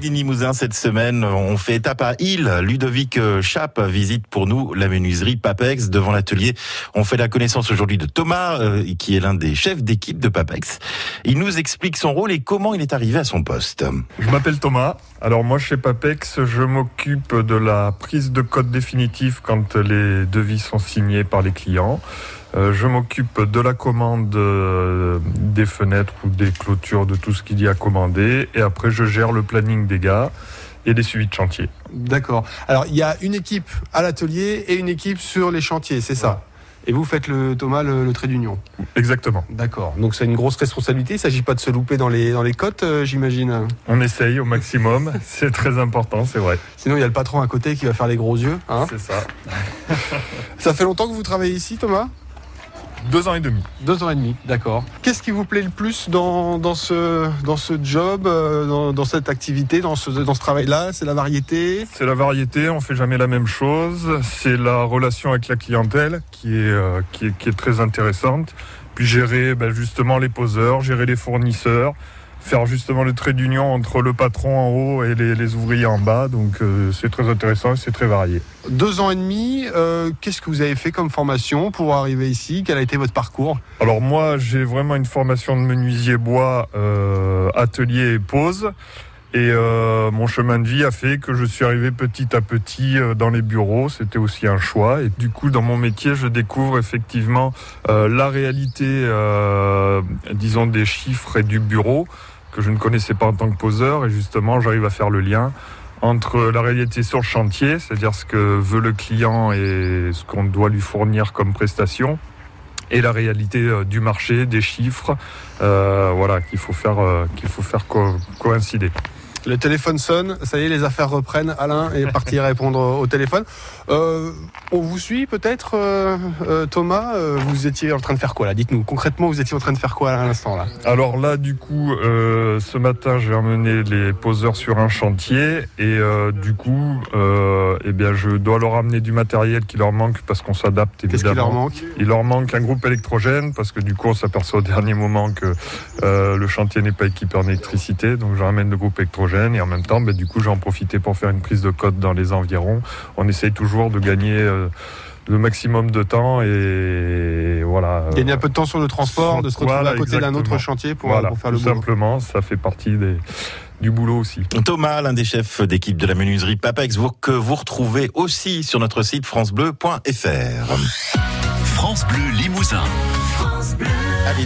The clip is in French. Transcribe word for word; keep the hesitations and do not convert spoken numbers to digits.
Made in Limousin cette semaine. On fait étape à Île. Ludovic Chape visite pour nous la menuiserie Papex devant l'atelier. On fait la connaissance aujourd'hui de Thomas, euh, qui est l'un des chefs d'équipe de Papex. Il nous explique son rôle et comment il est arrivé à son poste. Je m'appelle Thomas. Alors moi, chez Papex, je m'occupe de la prise de code définitif quand les devis sont signés par les clients. Euh, je m'occupe de la commande euh, des fenêtres ou des clôtures, de tout ce qu'il y a commandé. Et après, je gère le planning des gars et les suivis de chantier. D'accord. Alors, il y a une équipe à l'atelier et une équipe sur les chantiers, c'est ça? Ouais. Et vous faites, le Thomas, le, le trait d'union? Exactement. D'accord. Donc, c'est une grosse responsabilité. Il ne s'agit pas de se louper dans les, dans les cotes, euh, j'imagine. On essaye au maximum. C'est très important, c'est vrai. Sinon, il y a le patron à côté qui va faire les gros yeux. Hein, c'est ça. Ça fait longtemps que vous travaillez ici, Thomas? Deux ans et demi. Deux ans et demi, d'accord. Qu'est-ce qui vous plaît le plus dans, dans, ce, dans ce job, euh, dans, dans cette activité, dans ce, dans ce travail-là? C'est la variété? C'est la variété, on ne fait jamais la même chose. C'est la relation avec la clientèle qui est, euh, qui est, qui est très intéressante. Puis gérer ben, justement les poseurs, gérer les fournisseurs, faire justement le trait d'union entre le patron en haut et les, les ouvriers en bas. Donc euh, c'est très intéressant et c'est très varié. Deux ans et demi, euh, qu'est-ce que vous avez fait comme formation pour arriver ici? Quel a été votre parcours? Alors moi, j'ai vraiment une formation de menuisier bois, euh, atelier et pose. Et euh, mon chemin de vie a fait que je suis arrivé petit à petit euh, dans les bureaux. C'était aussi un choix. Et du coup, dans mon métier, je découvre effectivement euh, la réalité, euh, disons, des chiffres et du bureau que je ne connaissais pas en tant que poseur. Et justement, j'arrive à faire le lien entre la réalité sur le chantier, c'est-à-dire ce que veut le client et ce qu'on doit lui fournir comme prestation, et la réalité euh, du marché, des chiffres, euh, voilà, qu'il faut faire, euh, qu'il faut faire co- coïncider. Le téléphone sonne, ça y est, les affaires reprennent. Alain est parti répondre au téléphone. Euh, on vous suit peut-être, euh, euh, Thomas. euh, Vous étiez en train de faire quoi là? Dites-nous concrètement, vous étiez en train de faire quoi à l'instant là? Alors là, du coup, euh, ce matin, j'ai emmené les poseurs sur un chantier et euh, du coup, euh, eh bien, je dois leur amener du matériel qui leur manque parce qu'on s'adapte évidemment. Qu'est-ce qu'il leur manque? Il leur manque un groupe électrogène parce que du coup, on s'aperçoit au dernier moment que euh, le chantier n'est pas équipé en électricité, donc je ramène le groupe électrogène. Et en même temps, ben, du coup, j'en profité pour faire une prise de code dans les environs. On essaye toujours de gagner euh, le maximum de temps et voilà. Gagner un peu de temps sur le transport, sur, de se retrouver voilà, à côté d'un autre chantier pour, voilà, pour faire tout le boulot. Simplement, ça fait partie des, du boulot aussi. Thomas, l'un des chefs d'équipe de la menuiserie Papex, que vous retrouvez aussi sur notre site francebleu point f r. France Bleu Limousin. France Bleu.